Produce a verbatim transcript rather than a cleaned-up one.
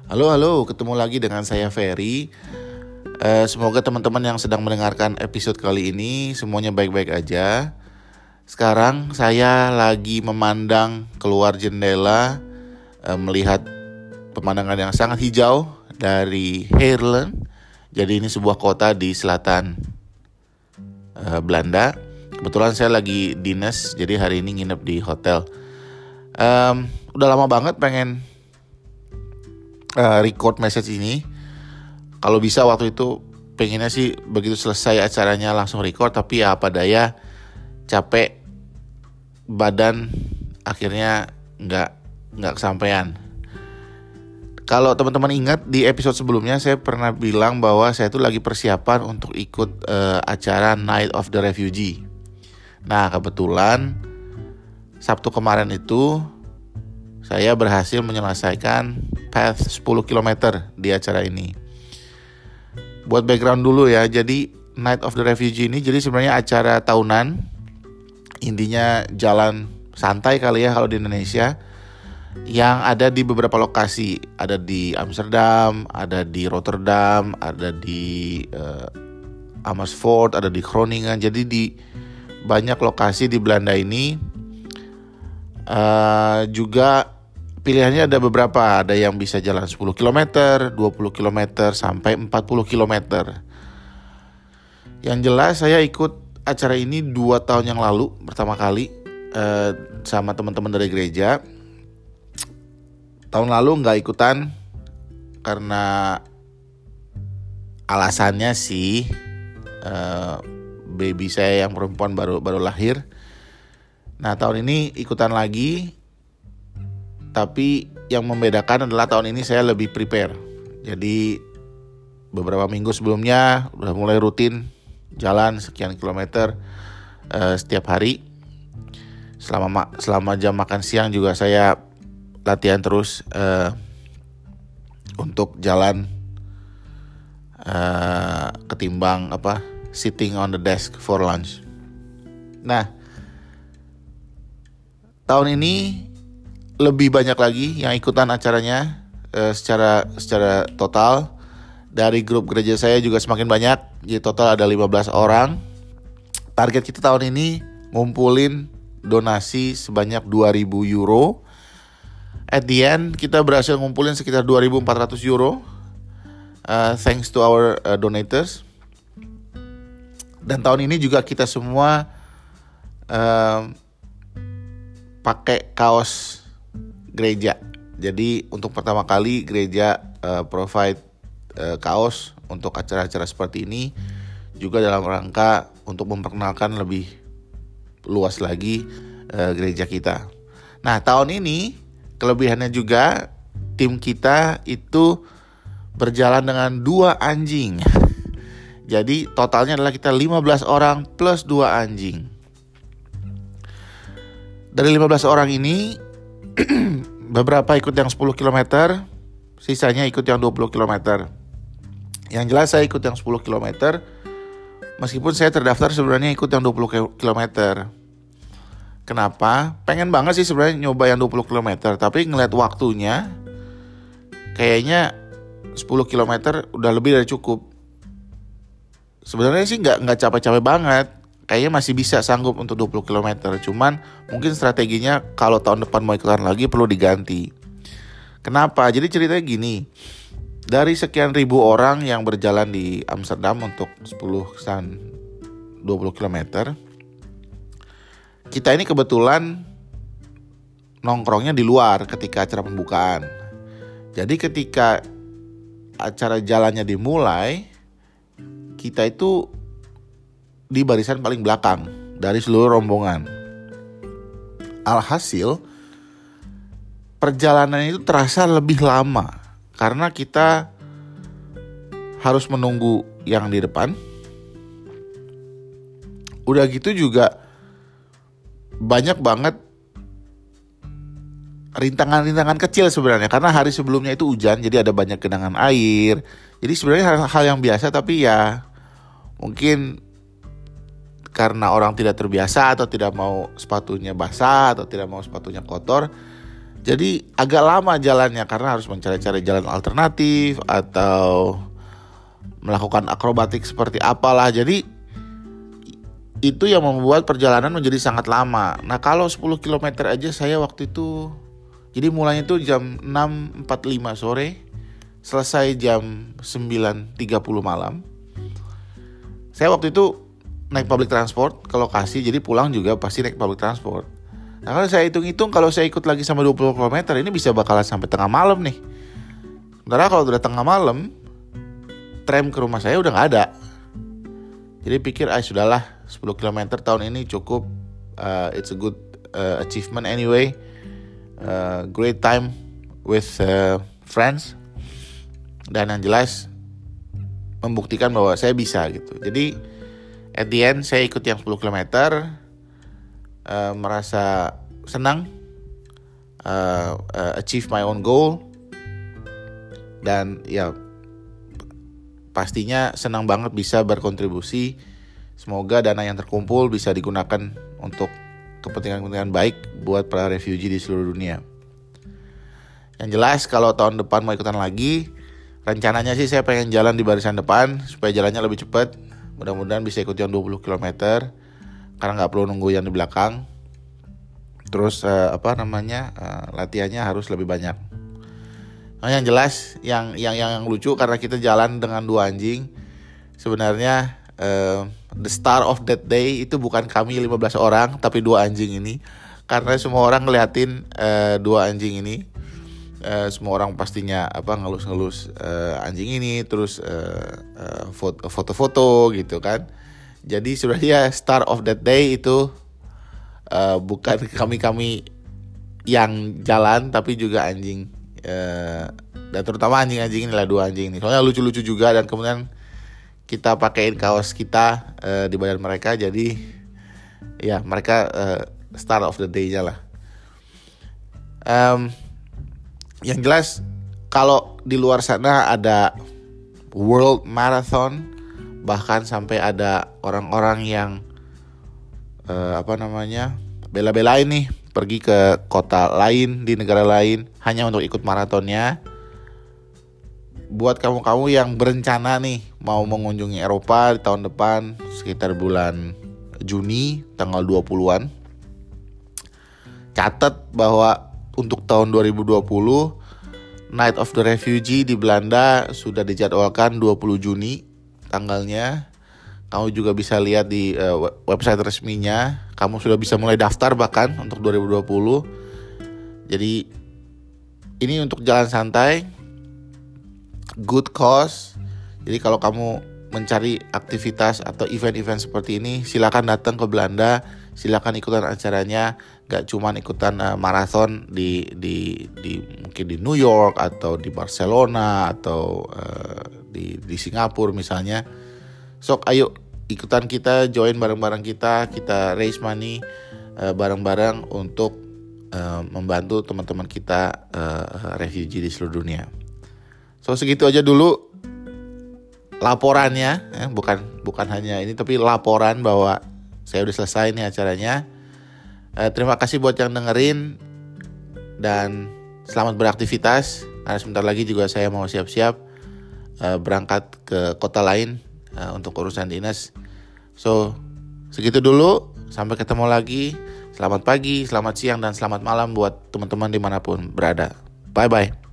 Halo, halo, ketemu lagi dengan saya Ferry. Uh, semoga teman-teman yang sedang mendengarkan episode kali ini semuanya baik-baik aja. Sekarang saya lagi memandang keluar jendela, uh, melihat pemandangan yang sangat hijau dari Heerlen. Jadi ini sebuah kota di selatan uh, Belanda. Kebetulan saya lagi dinas, jadi hari ini nginep di hotel. Um, udah lama banget pengen Uh, record message ini. Kalau bisa waktu itu pengennya sih begitu selesai acaranya langsung record, tapi ya apa daya, capek badan, akhirnya nggak nggak kesampaian. Kalau teman-teman ingat di episode sebelumnya saya pernah bilang bahwa saya tuh lagi persiapan untuk ikut uh, acara Night of the Refugee. Nah kebetulan Sabtu kemarin itu saya berhasil menyelesaikan path sepuluh kilometer di acara ini. Buat background dulu ya, jadi Night of the Refugee ini jadi sebenarnya acara tahunan. Intinya jalan santai kali ya kalau di Indonesia, yang ada di beberapa lokasi. Ada di Amsterdam, ada di Rotterdam, ada di uh, Amersfoort, ada di Groningen. Jadi di banyak lokasi di Belanda ini. Uh, juga pilihannya ada beberapa, ada yang bisa jalan sepuluh kilometer, dua puluh kilometer, sampai empat puluh kilometer. Yang jelas saya ikut acara ini dua tahun yang lalu, pertama kali eh, sama teman-teman dari gereja. Tahun lalu gak ikutan karena alasannya sih eh, baby saya yang perempuan baru baru lahir. Nah tahun ini ikutan lagi. Tapi yang membedakan adalah tahun ini saya lebih prepare. Jadi beberapa minggu sebelumnya udah mulai rutin jalan sekian kilometer uh, setiap hari. Selama selama jam makan siang juga saya latihan terus uh, untuk jalan uh, ketimbang apa sitting on the desk for lunch. Nah tahun ini lebih banyak lagi yang ikutan acaranya eh, secara secara total. Dari grup gereja saya juga semakin banyak. Jadi total ada lima belas orang. Target kita tahun ini ngumpulin donasi sebanyak dua ribu euro. At the end kita berhasil ngumpulin sekitar dua ribu empat ratus euro. Uh, thanks to our uh, donators. Dan tahun ini juga kita semua uh, pakai kaos gereja. Jadi untuk pertama kali gereja uh, provide uh, kaos untuk acara-acara seperti ini, juga dalam rangka untuk memperkenalkan lebih luas lagi uh, gereja kita. Nah tahun ini kelebihannya juga tim kita itu berjalan dengan dua anjing. Jadi totalnya adalah kita lima belas orang plus dua anjing. Dari lima belas orang ini beberapa ikut yang sepuluh kilometer, sisanya ikut yang dua puluh kilometer. Yang jelas saya ikut yang sepuluh kilometer, meskipun saya terdaftar sebenarnya ikut yang dua puluh kilometer. Kenapa? Pengen banget sih sebenarnya nyoba yang dua puluh kilometer, tapi ngeliat waktunya kayaknya sepuluh kilometer udah lebih dari cukup. Sebenarnya sih nggak nggak capek-capek banget. Kayaknya masih bisa sanggup untuk dua puluh kilometer. Cuman mungkin strateginya kalau tahun depan mau ikutan lagi perlu diganti. Kenapa? Jadi ceritanya gini. Dari sekian ribu orang yang berjalan di Amsterdam untuk sepuluh dua puluh kilometer, kita ini kebetulan nongkrongnya di luar ketika acara pembukaan. Jadi ketika acara jalannya dimulai, kita itu di barisan paling belakang dari seluruh rombongan. Alhasil perjalanan itu terasa lebih lama karena kita harus menunggu yang di depan. Udah gitu juga banyak banget rintangan-rintangan kecil sebenarnya, karena hari sebelumnya itu hujan, jadi ada banyak genangan air. Jadi sebenarnya hal, hal yang biasa, tapi ya mungkin karena orang tidak terbiasa atau tidak mau sepatunya basah atau tidak mau sepatunya kotor, Jadi agak lama jalannya karena harus mencari-cari jalan alternatif atau melakukan akrobatik seperti apalah. Jadi itu yang membuat perjalanan menjadi sangat lama. Nah kalau sepuluh kilometer aja saya waktu itu, jadi mulainya itu jam enam empat puluh lima sore, selesai jam sembilan tiga puluh malam. Saya waktu itu naik public transport ke lokasi, jadi pulang juga pasti naik public transport. Nah kalau saya hitung-hitung, kalau saya ikut lagi sama dua puluh kilometer, ini bisa bakalan sampai tengah malam nih. Sementara kalau udah tengah malam, tram ke rumah saya udah gak ada. Jadi pikir, ah sudahlah, sepuluh kilometer tahun ini cukup. uh, It's a good uh, achievement anyway. uh, Great time with uh, friends. Dan yang jelas membuktikan bahwa saya bisa gitu. Jadi at the end saya ikut yang sepuluh kilometer, uh, merasa senang, uh, uh, achieve my own goal. Dan ya pastinya senang banget bisa berkontribusi. Semoga dana yang terkumpul bisa digunakan untuk kepentingan-kepentingan baik buat para refugee di seluruh dunia. Yang jelas kalau tahun depan mau ikutan lagi, rencananya sih saya pengen jalan di barisan depan supaya jalannya lebih cepat. Mudah-mudahan bisa ikut yang dua puluh kilometer karena gak perlu nunggu yang di belakang. Terus uh, apa namanya uh, latihannya harus lebih banyak. Nah, yang jelas yang yang yang lucu karena kita jalan dengan dua anjing. Sebenarnya uh, the star of that day itu bukan kami lima belas orang, tapi dua anjing ini. Karena semua orang ngeliatin uh, dua anjing ini. Uh, semua orang pastinya apa ngelus-ngelus uh, anjing ini, terus uh, uh, foto, foto-foto gitu kan. Jadi sebenarnya star of that day itu uh, bukan kami-kami yang jalan, tapi juga anjing. Uh, dan terutama anjing-anjing inilah, dua anjing ini soalnya lucu-lucu juga, dan kemudian kita pakein kaos kita uh, di badan mereka, jadi ya mereka uh, star of the day-nya lah. um, yang jelas kalau di luar sana ada World Marathon, bahkan sampai ada orang-orang yang uh, apa namanya bela-belain nih pergi ke kota lain di negara lain hanya untuk ikut maratonnya. Buat kamu-kamu yang berencana nih mau mengunjungi Eropa di tahun depan sekitar bulan Juni tanggal dua puluhan, catat bahwa untuk tahun dua ribu dua puluh Night of the Refugee di Belanda sudah dijadwalkan dua puluh Juni tanggalnya. Kamu juga bisa lihat di uh, website resminya. Kamu sudah bisa mulai daftar bahkan untuk dua ribu dua puluh. Jadi ini untuk jalan santai, good cause. Jadi kalau kamu mencari aktivitas atau event-event seperti ini, silakan datang ke Belanda, silakan ikutan acaranya. Gak cuman ikutan uh, maraton di di di mungkin di New York atau di Barcelona atau uh, di di Singapura misalnya. Sok ayo ikutan kita, join bareng-bareng kita, kita raise money uh, bareng-bareng untuk uh, membantu teman-teman kita uh, refugee di seluruh dunia. So segitu aja dulu laporannya, ya, bukan bukan hanya ini tapi laporan bahwa saya udah selesai nih acaranya. Uh, terima kasih buat yang dengerin dan selamat beraktivitas. Karena sebentar lagi juga saya mau siap-siap uh, berangkat ke kota lain Uh, untuk urusan dinas. So segitu dulu, sampai ketemu lagi. Selamat pagi, selamat siang, dan selamat malam buat teman-teman dimanapun berada. Bye bye.